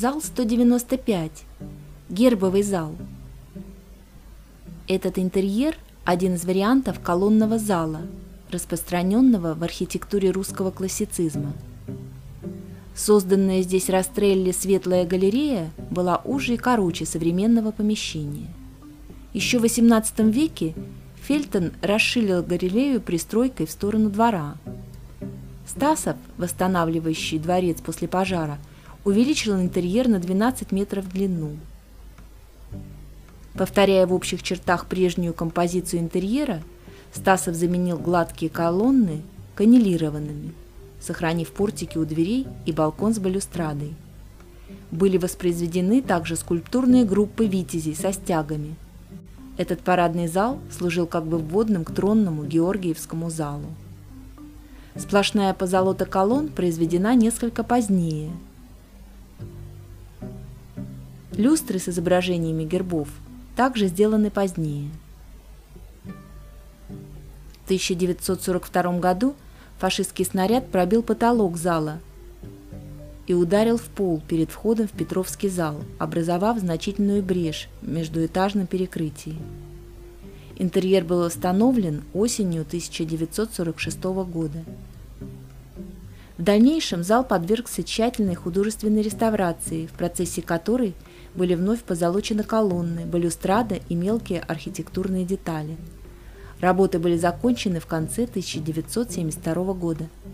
Зал 195. Гербовый зал. Этот интерьер – один из вариантов колонного зала, распространенного в архитектуре русского классицизма. Созданная здесь Растрелли светлая галерея была уже и короче современного помещения. Еще в XVIII веке Фельтон расширил галерею пристройкой в сторону двора. Стасов, восстанавливающий дворец после пожара, увеличил интерьер на 12 метров в длину. Повторяя в общих чертах прежнюю композицию интерьера, Стасов заменил гладкие колонны каннелированными, сохранив портики у дверей и балкон с балюстрадой. Были воспроизведены также скульптурные группы витязей со стягами. Этот парадный зал служил как бы вводным к тронному Георгиевскому залу. Сплошная позолота колонн произведена несколько позднее. Люстры с изображениями гербов также сделаны позднее. В 1942 году фашистский снаряд пробил потолок зала и ударил в пол перед входом в Петровский зал, образовав значительную брешь в междуэтажном перекрытии. Интерьер был восстановлен осенью 1946 года. В дальнейшем зал подвергся тщательной художественной реставрации, в процессе которой были вновь позолочены колонны, балюстрада и мелкие архитектурные детали. Работы были закончены в конце 1972 года.